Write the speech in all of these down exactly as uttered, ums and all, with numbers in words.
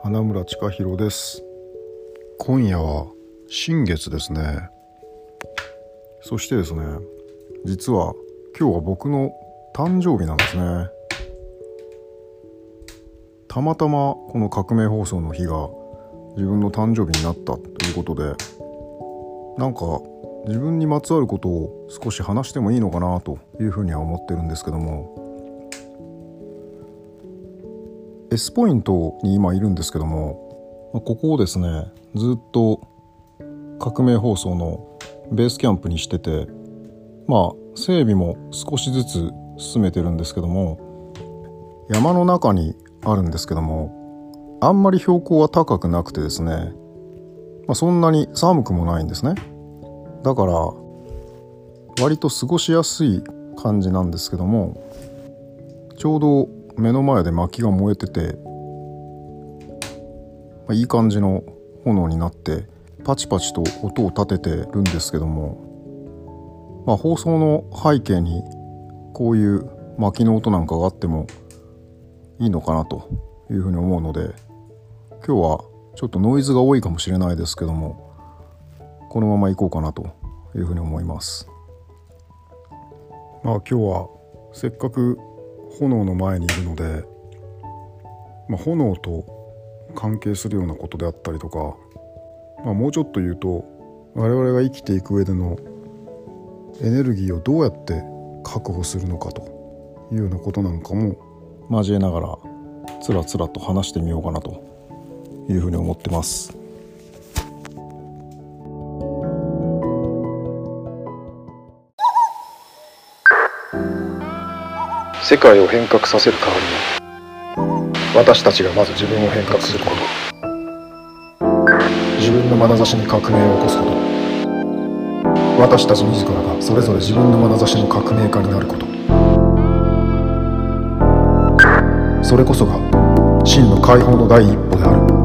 花村千佳弘です。今夜は新月ですね。そしてですね、実は今日は僕の誕生日なんですね。たまたまこの革命放送の日が自分の誕生日になったということで、なんか自分にまつわることを少し話してもいいのかなというふうには思ってるんですけども、S ポイントに今いるんですけども、ここをですねずっと革命放送のベースキャンプにしてて、まあ整備も少しずつ進めてるんですけども、山の中にあるんですけども、あんまり標高は高くなくてですね、まあ、そんなに寒くもないんですね。だから割と過ごしやすい感じなんですけども、ちょうど目の前で薪が燃えてて、まあ、いい感じの炎になってパチパチと音を立ててるんですけども、まあ、放送の背景にこういう薪の音なんかがあってもいいのかなというふうに思うので、今日はちょっとノイズが多いかもしれないですけども、このまま行こうかなというふうに思います。まあ今日はせっかく炎の前にいるので、まあ、炎と関係するようなことであったりとか、まあ、もうちょっと言うと我々が生きていく上でのエネルギーをどうやって確保するのかというようなことなんかも交えながらつらつらと話してみようかなというふうに思ってます。世界を変革させる代わりに、私たちがまず自分を変革すること、自分の眼差しに革命を起こすこと、私たち自らがそれぞれ自分の眼差しの革命家になること、それこそが真の解放の第一歩である。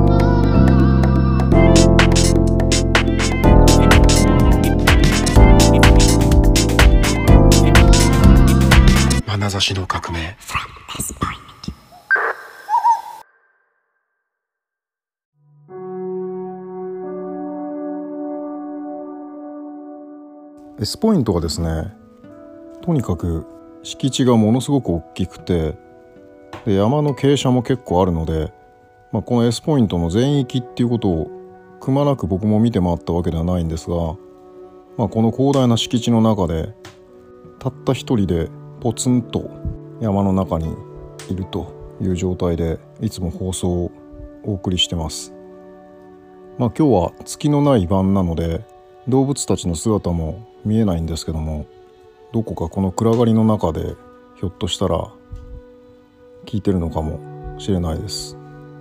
眼差しの革命。S ポイントがですね、とにかく敷地がものすごく大きくて、で山の傾斜も結構あるので、まあ、この S ポイントの全域っていうことをくまなく僕も見て回ったわけではないんですが、まあ、この広大な敷地の中でたった一人でポツンと山の中にいるという状態でいつも放送をお送りしてます。まあ今日は月のない晩なので動物たちの姿も見えないんですけども、どこかこの暗がりの中でひょっとしたら聞いてるのかもしれないです。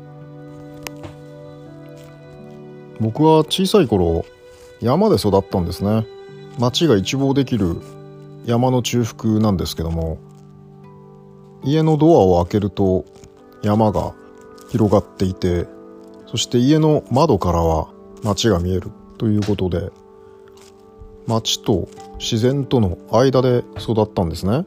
僕は小さい頃山で育ったんですね。街が一望できる山の中腹なんですけども、家のドアを開けると山が広がっていて、そして家の窓からは街が見えるということで、街と自然との間で育ったんですね。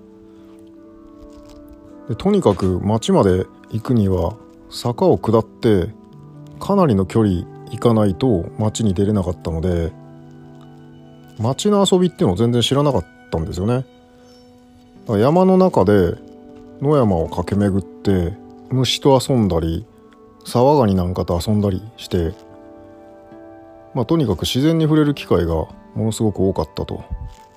でとにかく街まで行くには坂を下ってかなりの距離行かないと街に出れなかったので、街の遊びっていうのを全然知らなかったんですよね。だから山の中で野山を駆け巡って虫と遊んだり沢ガニなんかと遊んだりして、まあとにかく自然に触れる機会がものすごく多かったと。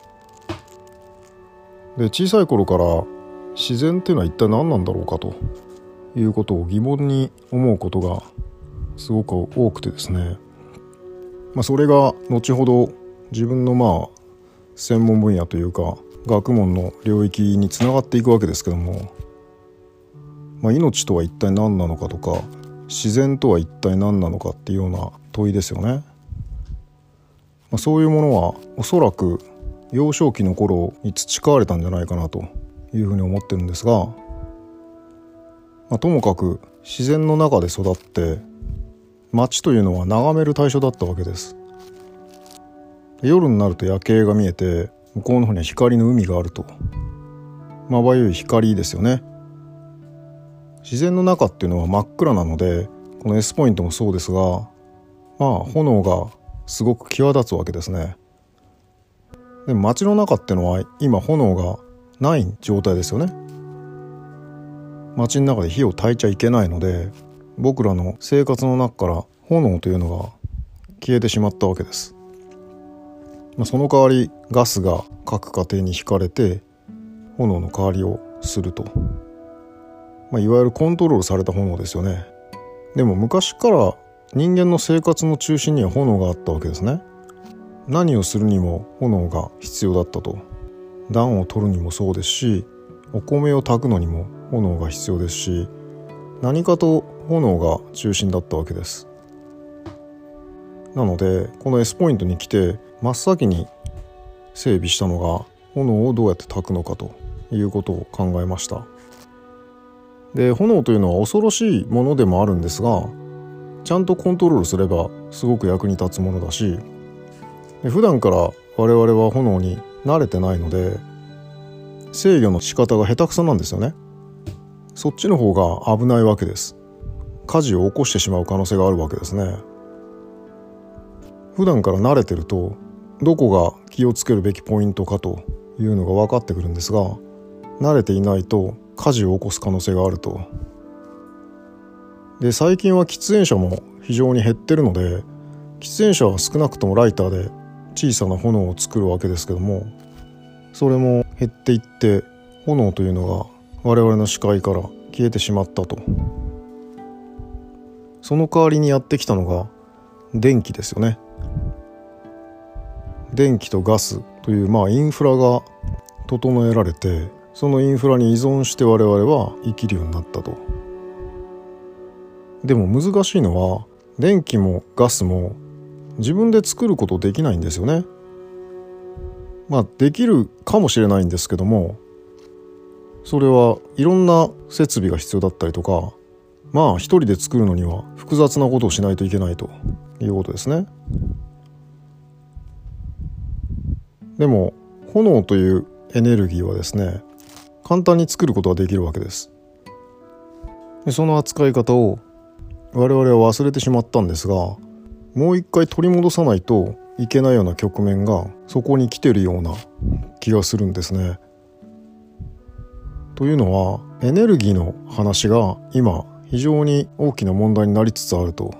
で小さい頃から自然っていうのは一体何なんだろうかということを疑問に思うことがすごく多くてですね、まあ、それが後ほど自分のまあ専門分野というか学問の領域につながっていくわけですけども、まあ、命とは一体何なのかとか自然とは一体何なのかっていうような問いですよね。まあ、そういうものはおそらく幼少期の頃に培われたんじゃないかなというふうに思ってるんですが、まあ、ともかく自然の中で育って街というのは眺める対象だったわけです。夜になると夜景が見えて、向こうの方には光の海があると、まばゆい光ですよね。自然の中っていうのは真っ暗なのでこの S ポイントもそうですが、まあ炎がすごく際立つわけですね。でも街の中ってのは今炎がない状態ですよね。街の中で火を焚いちゃいけないので、僕らの生活の中から炎というのが消えてしまったわけです。まあ、その代わりガスが各家庭に引かれて炎の代わりをすると、まあ、いわゆるコントロールされた炎ですよね。でも昔から人間の生活の中心には炎があったわけですね。何をするにも炎が必要だったと。暖を取るにもそうですし、お米を炊くのにも炎が必要ですし、何かと炎が中心だったわけです。なのでこの S ポイントに来て真っ先に整備したのが炎をどうやって焚くのかということを考えました。で、炎というのは恐ろしいものでもあるんですが、ちゃんとコントロールすればすごく役に立つものだし、普段から我々は炎に慣れてないので制御の仕方が下手くそなんですよね。そっちの方が危ないわけです。火事を起こしてしまう可能性があるわけですね。普段から慣れてるとどこが気をつけるべきポイントかというのが分かってくるんですが、慣れていないと火事を起こす可能性があると。で、最近は喫煙者も非常に減ってるので、喫煙者は少なくともライターで小さな炎を作るわけですけども、それも減っていって炎というのが我々の視界から消えてしまったと。その代わりにやってきたのが電気ですよね。電気とガスという、まあ、インフラが整えられて、そのインフラに依存して我々は生きるようになったと。でも難しいのは電気もガスも自分で作ることできないんですよね。まあできるかもしれないんですけども、それはいろんな設備が必要だったりとか、まあ一人で作るのには複雑なことをしないといけないということですね。でも炎というエネルギーはですね、簡単に作ることができるわけです。で、その扱い方を我々は忘れてしまったんですが、もう一回取り戻さないといけないような局面がそこに来てるような気がするんですね。というのはエネルギーの話が今非常に大きな問題になりつつあると。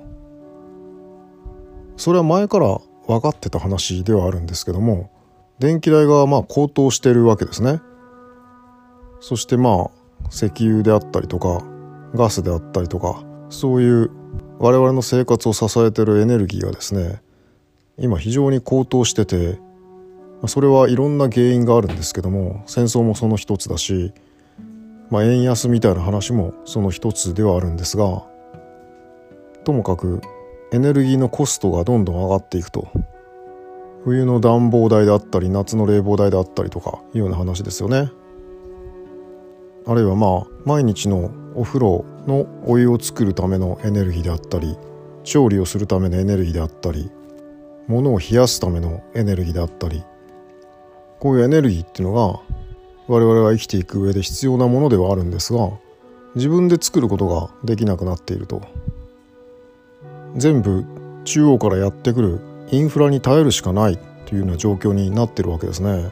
それは前から分かってた話ではあるんですけども、電気代がまあ高騰しているわけですね。そしてまあ石油であったりとかガスであったりとか、そういう我々の生活を支えているエネルギーがですね、今非常に高騰してて、それはいろんな原因があるんですけども、戦争もその一つだし、まあ、円安みたいな話もその一つではあるんですが、ともかくエネルギーのコストがどんどん上がっていくと。冬の暖房代であったり夏の冷房代であったりとかいうような話ですよね。あるいはまあ毎日のお風呂のお湯を作るためのエネルギーであったり、調理をするためのエネルギーであったり、物を冷やすためのエネルギーであったり、こういうエネルギーっていうのが我々が生きていく上で必要なものではあるんですが、自分で作ることができなくなっていると。全部中央からやってくるインフラに頼るしかないというような状況になっているわけですね。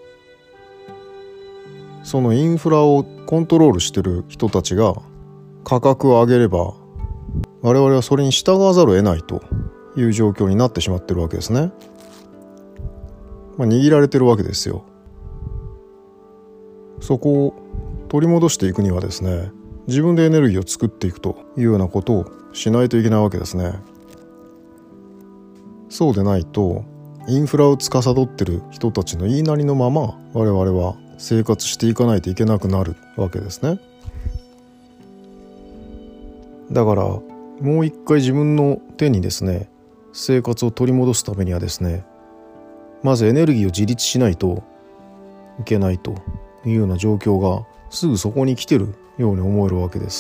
そのインフラをコントロールしている人たちが価格を上げれば、我々はそれに従わざるを得ないという状況になってしまっているわけですね。まあ、握られてるわけですよ。そこを取り戻していくにはですね、自分でエネルギーを作っていくというようなことをしないといけないわけですね。そうでないとインフラを司っている人たちの言いなりのまま我々は生活していかないといけなくなるわけですね。だからもう一回自分の手にですね、生活を取り戻すためにはですね、まずエネルギーを自立しないといけないというような状況がすぐそこに来てるように思えるわけです。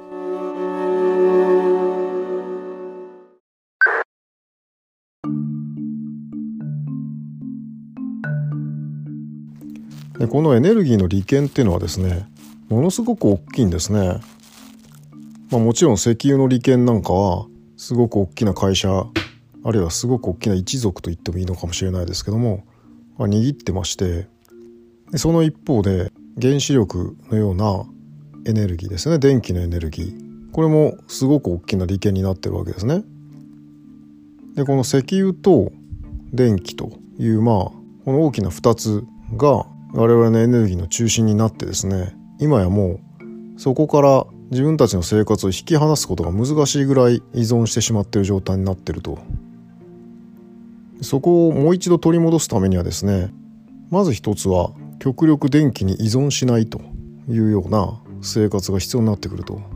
で、このエネルギーの利権っていうのはですね、ものすごく大きいんですね。 まあ、もちろん石油の利権なんかはすごく大きな会社、あるいはすごく大きな一族と言ってもいいのかもしれないですけども、まあ、握ってまして、でその一方で原子力のようなエネルギーですね、電気のエネルギー、これもすごく大きな利権になってるわけですね。でこの石油と電気というまあこの大きなふたつが我々のエネルギーの中心になってですね、今やもうそこから自分たちの生活を引き離すことが難しいぐらい依存してしまっている状態になっていると。そこをもう一度取り戻すためにはですね、まず一つは極力電気に依存しないというような生活が必要になってくると。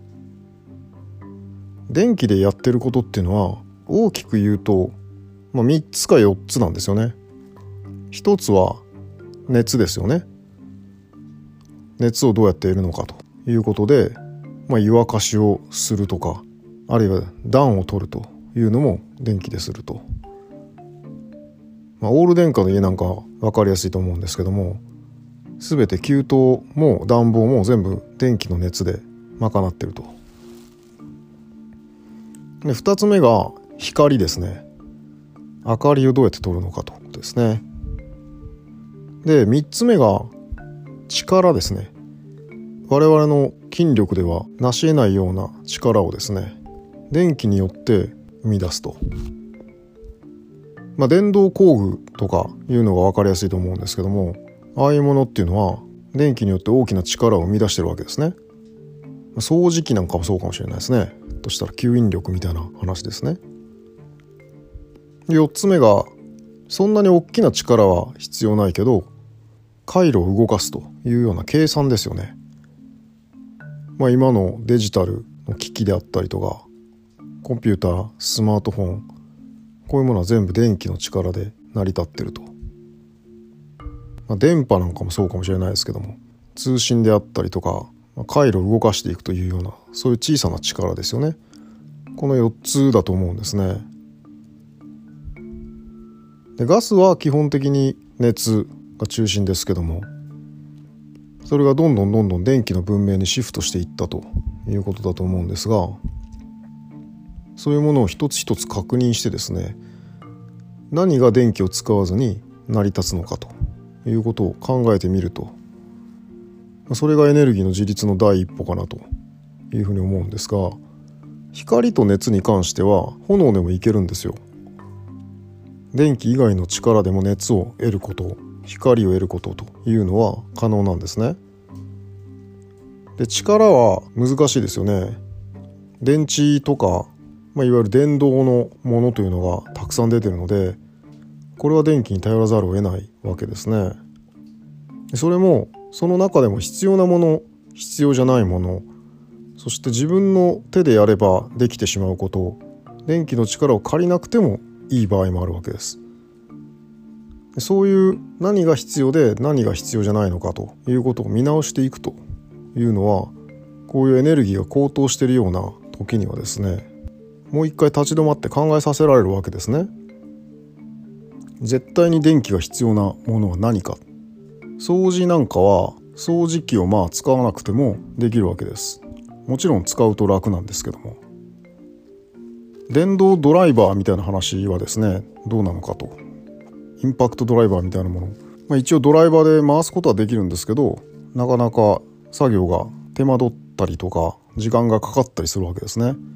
電気でやってることっていうのは大きく言うと、まあ、みっつかよっつなんですよね。一つは熱ですよね。熱をどうやって得るのかということで、まあ、湯沸かしをするとか、あるいは暖を取るというのも電気ですると。まあ、オール電化の家なんか分かりやすいと思うんですけども、全て給湯も暖房も全部電気の熱で賄っていると。でふたつめが光ですね。明かりをどうやって取るのかということですね。でみっつめが力ですね。我々の筋力では成し得ないような力をですね、電気によって生み出すと。まあ、電動工具とかいうのが分かりやすいと思うんですけども、ああいうものっていうのは電気によって大きな力を生み出してるわけですね。掃除機なんかもそうかもしれないですね。としたら吸引力みたいな話ですね。よっつめがそんなに大きな力は必要ないけど回路を動かすというような計算ですよね。まあ、今のデジタルの機器であったりとかコンピューター、スマートフォン、こういうものは全部電気の力で成り立ってると。まあ、電波なんかもそうかもしれないですけども、通信であったりとか、まあ、回路を動かしていくというようなそういう小さな力ですよね。このよっつだと思うんですね。でガスは基本的に熱が中心ですけども、それがどんどんどんどん電気の文明にシフトしていったということだと思うんですが、そういうものを一つ一つ確認してですね、何が電気を使わずに成り立つのかということを考えてみると、それがエネルギーの自立の第一歩かなというふうに思うんですが、光と熱に関しては炎でもいけるんですよ。電気以外の力でも熱を得ること、光を得ることというのは可能なんですね。で力は難しいですよね。電池とか、まあ、いわゆる電動のものというのがたくさん出てるので、これは電気に頼らざるを得ないわけですね。それもその中でも必要なもの、必要じゃないもの、そして自分の手でやればできてしまうこと、電気の力を借りなくてもいい場合もあるわけです。そういう何が必要で何が必要じゃないのかということを見直していくというのは、こういうエネルギーが高騰しているような時にはですね、もう一回立ち止まって考えさせられるわけですね。絶対に電気が必要なものは何か。掃除なんかは掃除機をまあ使わなくてもできるわけです。もちろん使うと楽なんですけども、電動ドライバーみたいな話はですね、どうなのかと。インパクトドライバーみたいなもの、まあ、一応ドライバーで回すことはできるんですけど、なかなか作業が手間取ったりとか時間がかかったりするわけですね。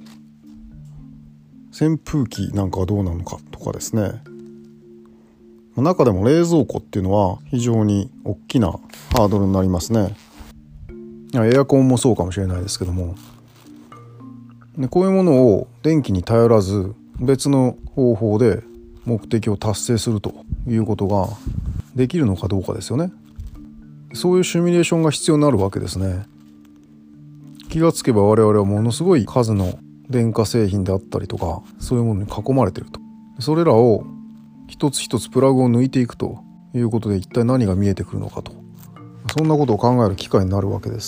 扇風機なんかはどうなのかとかですね。中でも冷蔵庫っていうのは非常に大きなハードルになりますね。エアコンもそうかもしれないですけども、でこういうものを電気に頼らず別の方法で目的を達成するということができるのかどうかですよね。そういうシミュレーションが必要になるわけですね。気がつけば我々はものすごい数の電化製品であったりとか、そういうものに囲まれていると。それらを一つ一つプラグを抜いていくということで、一体何が見えてくるのかと、そんなことを考える機会になるわけです。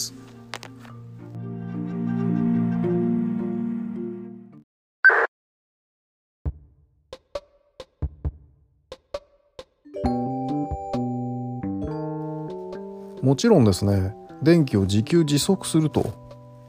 もちろんですね、電気を自給自足すると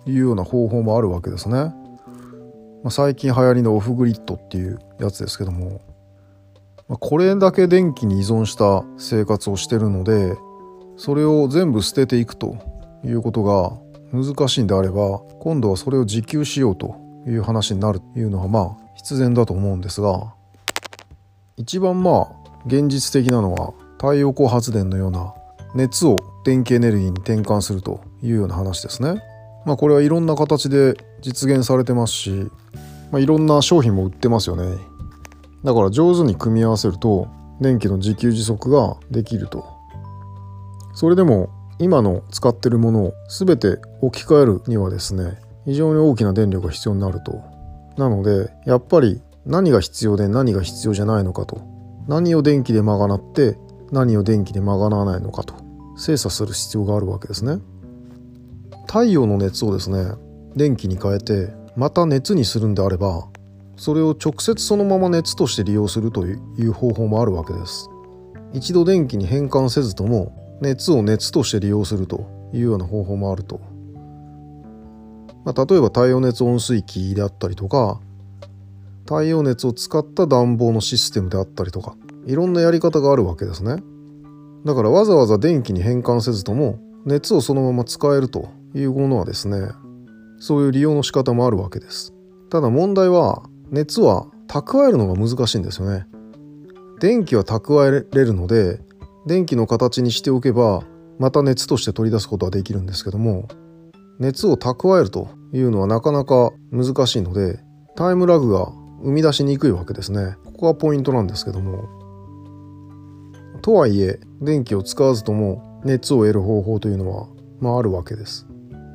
いうような方法もあるわけですね。まあ、最近流行りのオフグリッドっていうやつですけども、まあ、これだけ電気に依存した生活をしてるので、それを全部捨てていくということが難しいんであれば、今度はそれを自給しようという話になるというのはまあ必然だと思うんですが、一番まあ現実的なのは太陽光発電のような熱を電気エネルギーに転換するというような話ですね。まあこれはいろんな形で実現されてますし、まあ、いろんな商品も売ってますよね。だから上手に組み合わせると電気の自給自足ができると。それでも今の使ってるものを全て置き換えるにはですね、非常に大きな電力が必要になると。なのでやっぱり何が必要で何が必要じゃないのかと、何を電気で賄って何を電気で賄わないのかと精査する必要があるわけですね。太陽の熱をですね電気に変えてまた熱にするんであれば、それを直接そのまま熱として利用するという方法もあるわけです。一度電気に変換せずとも熱を熱として利用するというような方法もあると。まあ、例えば太陽熱温水器であったりとか、太陽熱を使った暖房のシステムであったりとか、いろんなやり方があるわけですね。だからわざわざ電気に変換せずとも熱をそのまま使えるというものはですね、そういう利用の仕方もあるわけです。ただ問題は熱は蓄えるのが難しいんですよね。電気は蓄えれるので電気の形にしておけばまた熱として取り出すことはできるんですけども、熱を蓄えるというのはなかなか難しいのでタイムラグが生み出しにくいわけですね。ここがポイントなんですけども、とはいえ電気を使わずとも熱を得る方法というのはまああるわけです。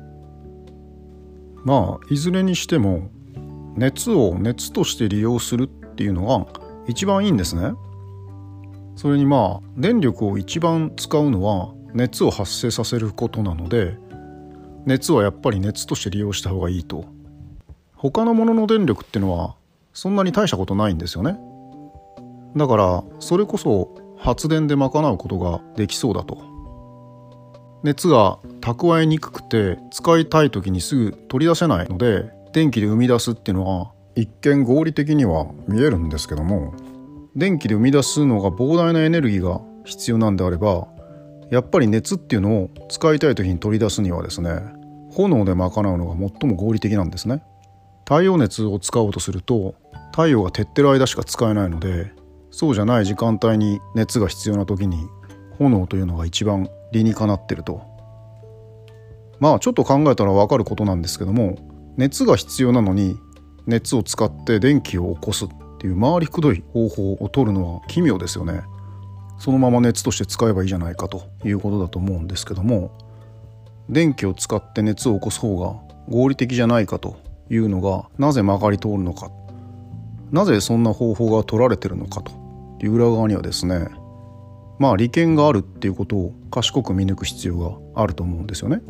まあいずれにしても熱を熱として利用するっていうのが一番いいんですね。それにまあ電力を一番使うのは熱を発生させることなので、熱はやっぱり熱として利用した方がいいと。他のものの電力っていうのはそんなに大したことないんですよね。だからそれこそ発電で賄うことができそうだと。熱が蓄えにくくて使いたい時にすぐ取り出せないので電気で生み出すっていうのは一見合理的には見えるんですけども、電気で生み出すのが膨大なエネルギーが必要なんであれば、やっぱり熱っていうのを使いたい時に取り出すにはですね、炎で賄うのが最も合理的なんですね。太陽熱を使おうとすると太陽が照ってる間しか使えないので、そうじゃない時間帯に熱が必要な時に炎というのが一番理にかなってると。まあちょっと考えたら分かることなんですけども、熱が必要なのに熱を使って電気を起こすっていう回りくどい方法を取るのは奇妙ですよね。そのまま熱として使えばいいじゃないかということだと思うんですけども、電気を使って熱を起こす方が合理的じゃないかというのがなぜ曲がり通るのか、なぜそんな方法が取られてるのかという裏側にはですね、まあ利権があるっていうことを賢く見抜く必要があると思うんですよね。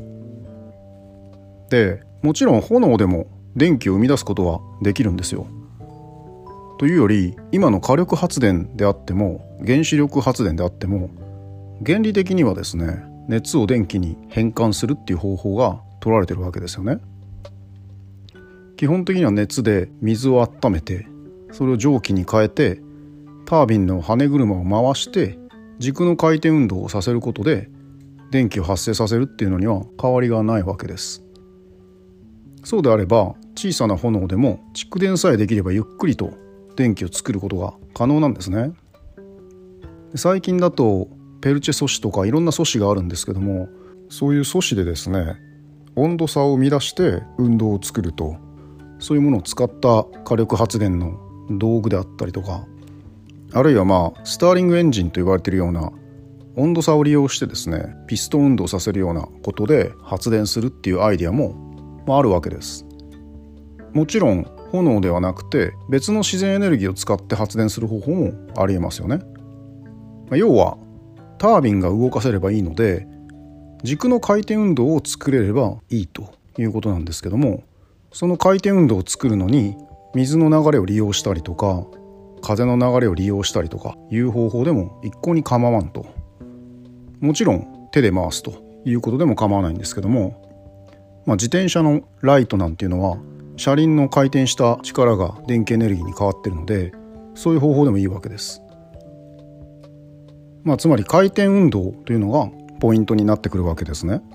で、もちろん炎でも電気を生み出すことはできるんですよ。というより今の火力発電であっても原子力発電であっても原理的にはですね、熱を電気に変換するっていう方法が取られてるわけですよね。基本的には熱で水を温めてそれを蒸気に変えてタービンの羽車を回して軸の回転運動をさせることで電気を発生させるっていうのには変わりがないわけです。そうであれば小さな炎でも蓄電さえできればゆっくりと電気を作ることが可能なんですね。最近だとペルチェ素子とかいろんな素子があるんですけども、そういう素子でですね、温度差を生み出して運動を作ると、そういうものを使った火力発電の道具であったりとか、あるいはまあスターリングエンジンと言われているような温度差を利用してですね、ピストン運動させるようなことで発電するっていうアイデアも、まあ、あるわけです。もちろん炎ではなくて別の自然エネルギーを使って発電する方法もありえますよね。まあ、要はタービンが動かせればいいので軸の回転運動を作れればいいということなんですけども、その回転運動を作るのに水の流れを利用したりとか風の流れを利用したりとかいう方法でも一向に構わんと。もちろん手で回すということでも構わないんですけども、 まあ、自転車のライトなんていうのは車輪の回転した力が電気エネルギーに変わっているので、そういう方法でもいいわけです。まあ、つまり回転運動というのがポイントになってくるわけですね。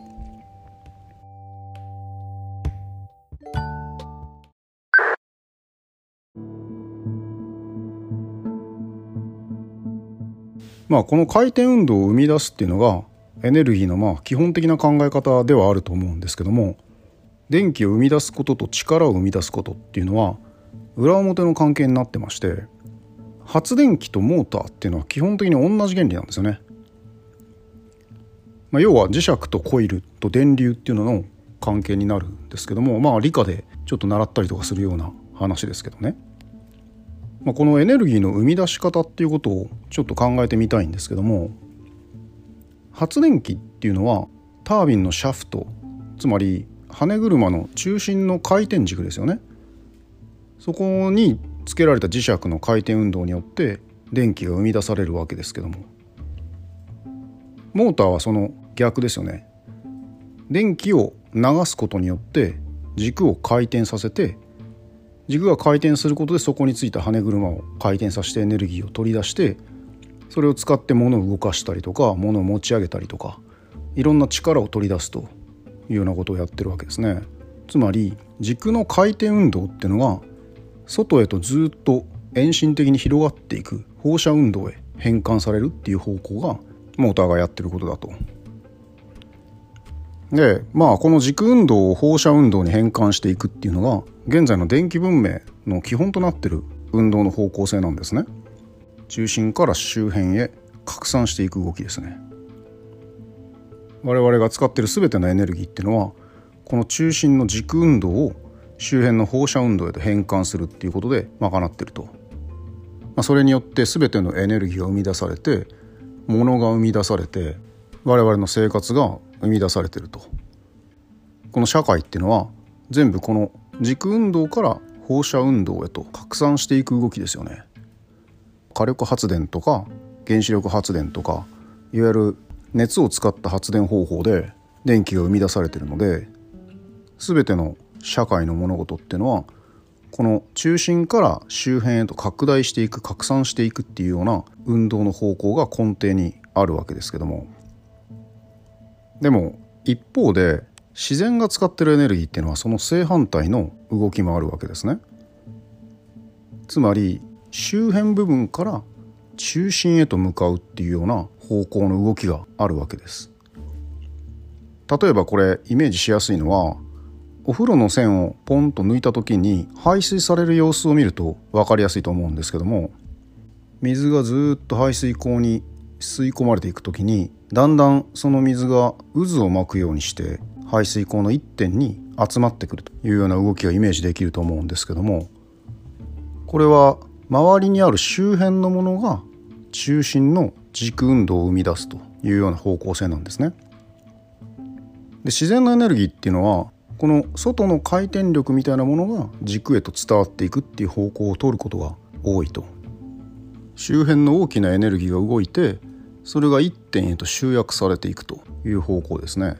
まあ、この回転運動を生み出すっていうのがエネルギーのまあ基本的な考え方ではあると思うんですけども、電気を生み出すことと力を生み出すことっていうのは裏表の関係になってまして、発電機とモーターっていうのは基本的に同じ原理なんですよね。まあ、要は磁石とコイルと電流っていうのの関係になるんですけども、まあ理科でちょっと習ったりとかするような話ですけどね。まあ、このエネルギーの生み出し方っていうことをちょっと考えてみたいんですけども、発電機っていうのはタービンのシャフト、つまり羽車の中心の回転軸ですよね。そこにつけられた磁石の回転運動によって電気が生み出されるわけですけども、モーターはその逆ですよね。電気を流すことによって軸を回転させて、軸が回転することでそこについた羽車を回転させてエネルギーを取り出して、それを使って物を動かしたりとか物を持ち上げたりとか、いろんな力を取り出すというようなことをやってるわけですね。つまり軸の回転運動っていうのが外へとずっと遠心的に広がっていく放射運動へ変換されるっていう方向がモーターがやってることだと。で、まあこの軸運動を放射運動に変換していくっていうのが現在の電気文明の基本となっている運動の方向性なんですね。中心から周辺へ拡散していく動きですね。我々が使っている全てのエネルギーっていうのはこの中心の軸運動を周辺の放射運動へと変換するっていうことで賄っていると。まあ、それによって全てのエネルギーが生み出されて、物が生み出されて、我々の生活が生み出されていると。この社会っていうのは全部この軸運動から放射運動へと拡散していく動きですよね。火力発電とか原子力発電とか、いわゆる熱を使った発電方法で電気が生み出されているので、全ての社会の物事っていうのはこの中心から周辺へと拡大していく、拡散していくっていうような運動の方向が根底にあるわけですけども、でも一方で自然が使っているエネルギーっていうのはその正反対の動きもあるわけですね。つまり周辺部分から中心へと向かうっていうような方向の動きがあるわけです。例えばこれイメージしやすいのは、お風呂の栓をポンと抜いた時に排水される様子を見ると分かりやすいと思うんですけども、水がずっと排水口に吸い込まれていく時にだんだんその水が渦を巻くようにして排水口の一点に集まってくるというような動きがイメージできると思うんですけども、これは周りにある周辺のものが中心の軸運動を生み出すというような方向性なんですね。で、自然のエネルギーっていうのはこの外の回転力みたいなものが軸へと伝わっていくっていう方向を取ることが多いと。周辺の大きなエネルギーが動いて、それが一点へと集約されていくという方向ですね。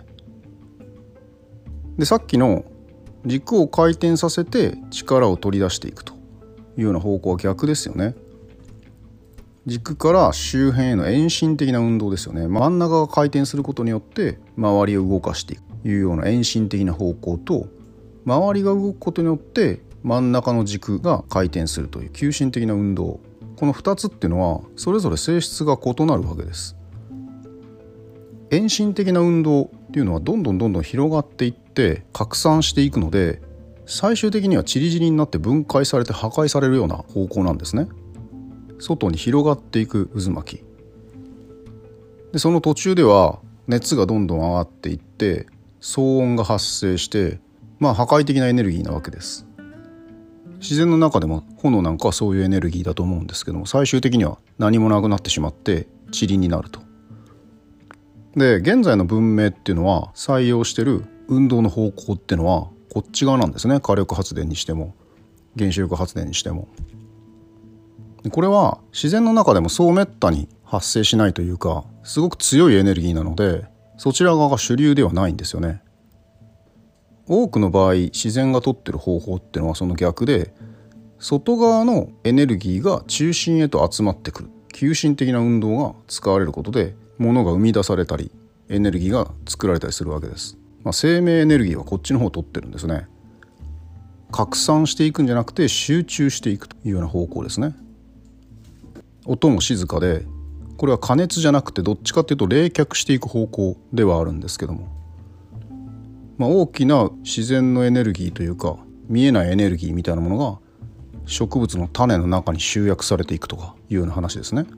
で、さっきの軸を回転させて力を取り出していくというような方向は逆ですよね。軸から周辺への遠心的な運動ですよね。真ん中が回転することによって周りを動かしていくというような遠心的な方向と、周りが動くことによって真ん中の軸が回転するという急心的な運動、このふたつっていうのはそれぞれ性質が異なるわけです。遠心的な運動っていうのはどんどんどんどん広がっていって拡散していくので、最終的には散り散りになって分解されて破壊されるような方向なんですね。外に広がっていく渦巻きで、その途中では熱がどんどん上がっていって騒音が発生して、まあ破壊的なエネルギーなわけです。自然の中でも炎なんかはそういうエネルギーだと思うんですけども、最終的には何もなくなってしまって塵になると。で、現在の文明っていうのは採用してる運動の方向っていうのはこっち側なんですね。火力発電にしても原子力発電にしても。これは自然の中でもそうめったに発生しないというか、すごく強いエネルギーなのでそちら側が主流ではないんですよね。 多くの場合自然が取ってる方法っていうのはその逆で、外側のエネルギーが中心へと集まってくる急進的な運動が使われることで物が生み出されたりエネルギーが作られたりするわけです。まあ、生命エネルギーはこっちの方を取ってるんですね。拡散していくんじゃなくて集中していくというような方向ですね。音も静かで、これは加熱じゃなくてどっちかっていうと冷却していく方向ではあるんですけども、まあ、大きな自然のエネルギーというか見えないエネルギーみたいなものが植物の種の中に集約されていくとかいうような話ですね。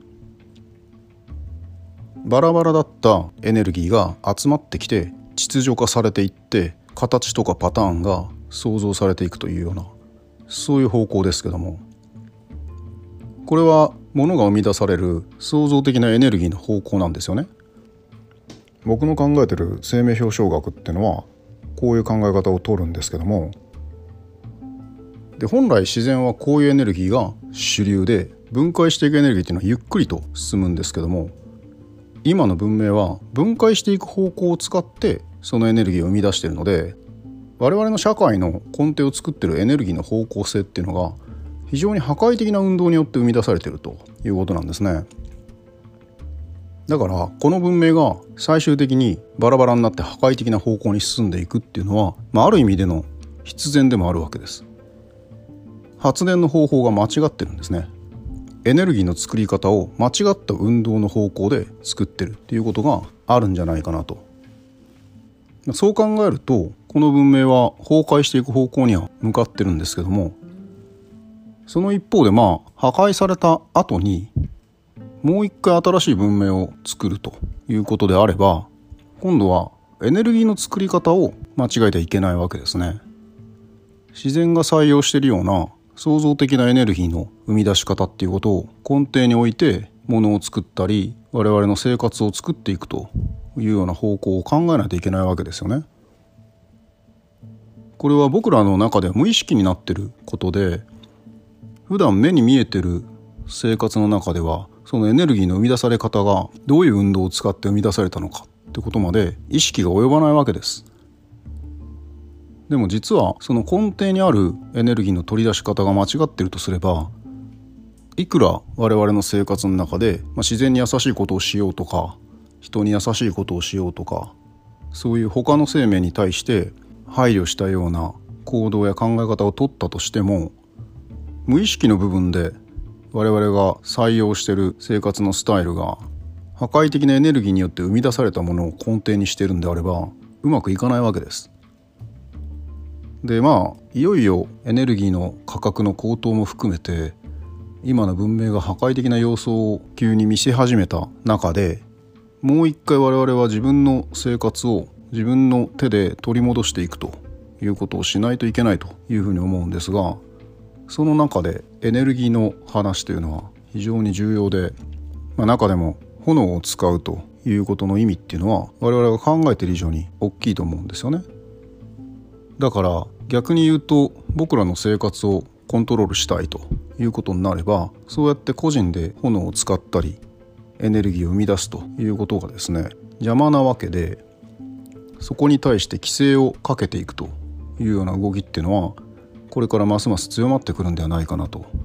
バラバラだったエネルギーが集まってきて秩序化されていって形とかパターンが創造されていくというようなそういう方向ですけども、これは物が生み出される創造的なエネルギーの方向なんですよね。僕の考えてる生命表象学っていうのはこういう考え方を取るんですけども、で本来自然はこういうエネルギーが主流で分解していくエネルギーっていうのはゆっくりと進むんですけども、今の文明は分解していく方向を使ってそのエネルギーを生み出しているので、我々の社会の根底を作っているエネルギーの方向性っていうのが非常に破壊的な運動によって生み出されているということなんですね。だからこの文明が最終的にバラバラになって破壊的な方向に進んでいくっていうのは、まあ、ある意味での必然でもあるわけです。発電の方法が間違ってるんですね。エネルギーの作り方を間違った運動の方向で作ってるっていうことがあるんじゃないかなと。そう考えるとこの文明は崩壊していく方向には向かってるんですけども、その一方でまあ破壊された後にもう一回新しい文明を作るということであれば、今度はエネルギーの作り方を間違えてはいけないわけですね。自然が採用しているような創造的なエネルギーの生み出し方っていうことを根底に置いて物を作ったり我々の生活を作っていくというような方向を考えないといけないわけですよね。これは僕らの中では無意識になっていることで、普段目に見えてる生活の中ではそのエネルギーの生み出され方がどういう運動を使って生み出されたのかってことまで意識が及ばないわけです。でも実はその根底にあるエネルギーの取り出し方が間違っているとすれば、いくら我々の生活の中で、まあ、自然に優しいことをしようとか人に優しいことをしようとか、そういう他の生命に対して配慮したような行動や考え方を取ったとしても、無意識の部分で我々が採用している生活のスタイルが破壊的なエネルギーによって生み出されたものを根底にしているんであればうまくいかないわけです。でまあいよいよエネルギーの価格の高騰も含めて今の文明が破壊的な様相を急に見せ始めた中で、もう一回我々は自分の生活を自分の手で取り戻していくということをしないといけないというふうに思うんですが、その中でエネルギーの話というのは非常に重要で、まあ、中でも炎を使うということの意味っていうのは我々が考えている以上に大きいと思うんですよね。だから逆に言うと僕らの生活をコントロールしたいということになれば、そうやって個人で炎を使ったりエネルギーを生み出すということがですね邪魔なわけで、そこに対して規制をかけていくというような動きっていうのはこれからますます強まってくるんではないかなと。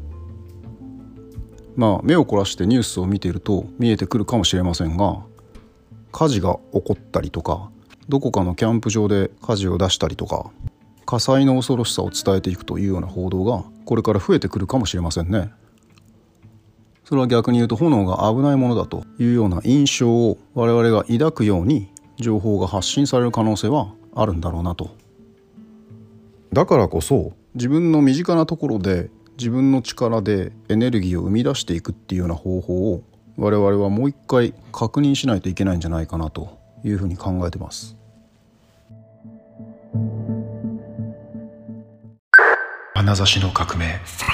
まあ目を凝らしてニュースを見ていると見えてくるかもしれませんが、火事が起こったりとかどこかのキャンプ場で火事を出したりとか火災の恐ろしさを伝えていくというような報道がこれから増えてくるかもしれませんね。それは逆に言うと炎が危ないものだというような印象を我々が抱くように情報が発信される可能性はあるんだろうなと。だからこそ自分の身近なところで自分の力でエネルギーを生み出していくっていうような方法を我々はもう一回確認しないといけないんじゃないかなというふうに考えてます。 眼差しの革命。